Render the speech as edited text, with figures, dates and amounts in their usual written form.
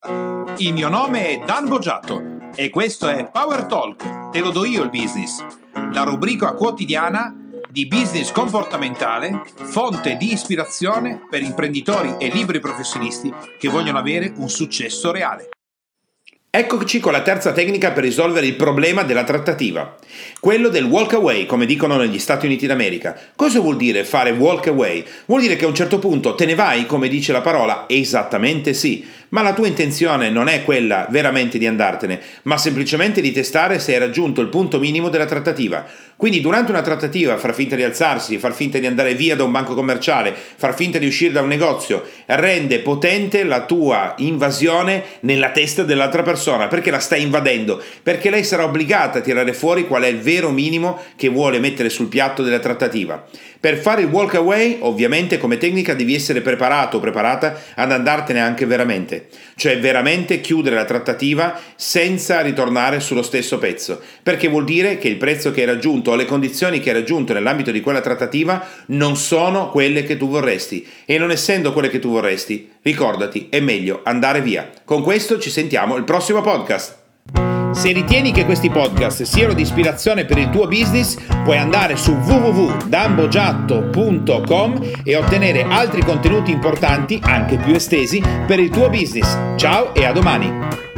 Il mio nome è Dan Boggiatto e questo è Power Talk, te lo do io il business, la rubrica quotidiana di business comportamentale, fonte di ispirazione per imprenditori e liberi professionisti che vogliono avere un successo reale. Eccoci con la terza tecnica per risolvere il problema della trattativa, quello del walk away, come dicono negli Stati Uniti d'America. Cosa vuol dire fare walk away? Vuol dire che a un certo punto te ne vai, come dice la parola? Esattamente sì, ma la tua intenzione non è quella veramente di andartene, ma semplicemente di testare se hai raggiunto il punto minimo della trattativa. Quindi durante una trattativa far finta di alzarsi, far finta di andare via da un banco commerciale, far finta di uscire da un negozio, rende potente la tua invasione nella testa dell'altra persona, perché la stai invadendo, perché lei sarà obbligata a tirare fuori qual è il vero minimo che vuole mettere sul piatto della trattativa. Per fare il walk away, ovviamente come tecnica devi essere preparato o preparata ad andartene anche veramente, cioè veramente chiudere la trattativa senza ritornare sullo stesso pezzo, perché vuol dire che il prezzo che hai raggiunto o le condizioni che hai raggiunto nell'ambito di quella trattativa non sono quelle che tu vorresti, e non essendo quelle che tu vorresti, ricordati, è meglio andare via. Con questo ci sentiamo al prossimo podcast. Se ritieni che questi podcast siano di ispirazione per il tuo business, puoi andare su www.danboggiatto.com e ottenere altri contenuti importanti, anche più estesi, per il tuo business. Ciao e a domani!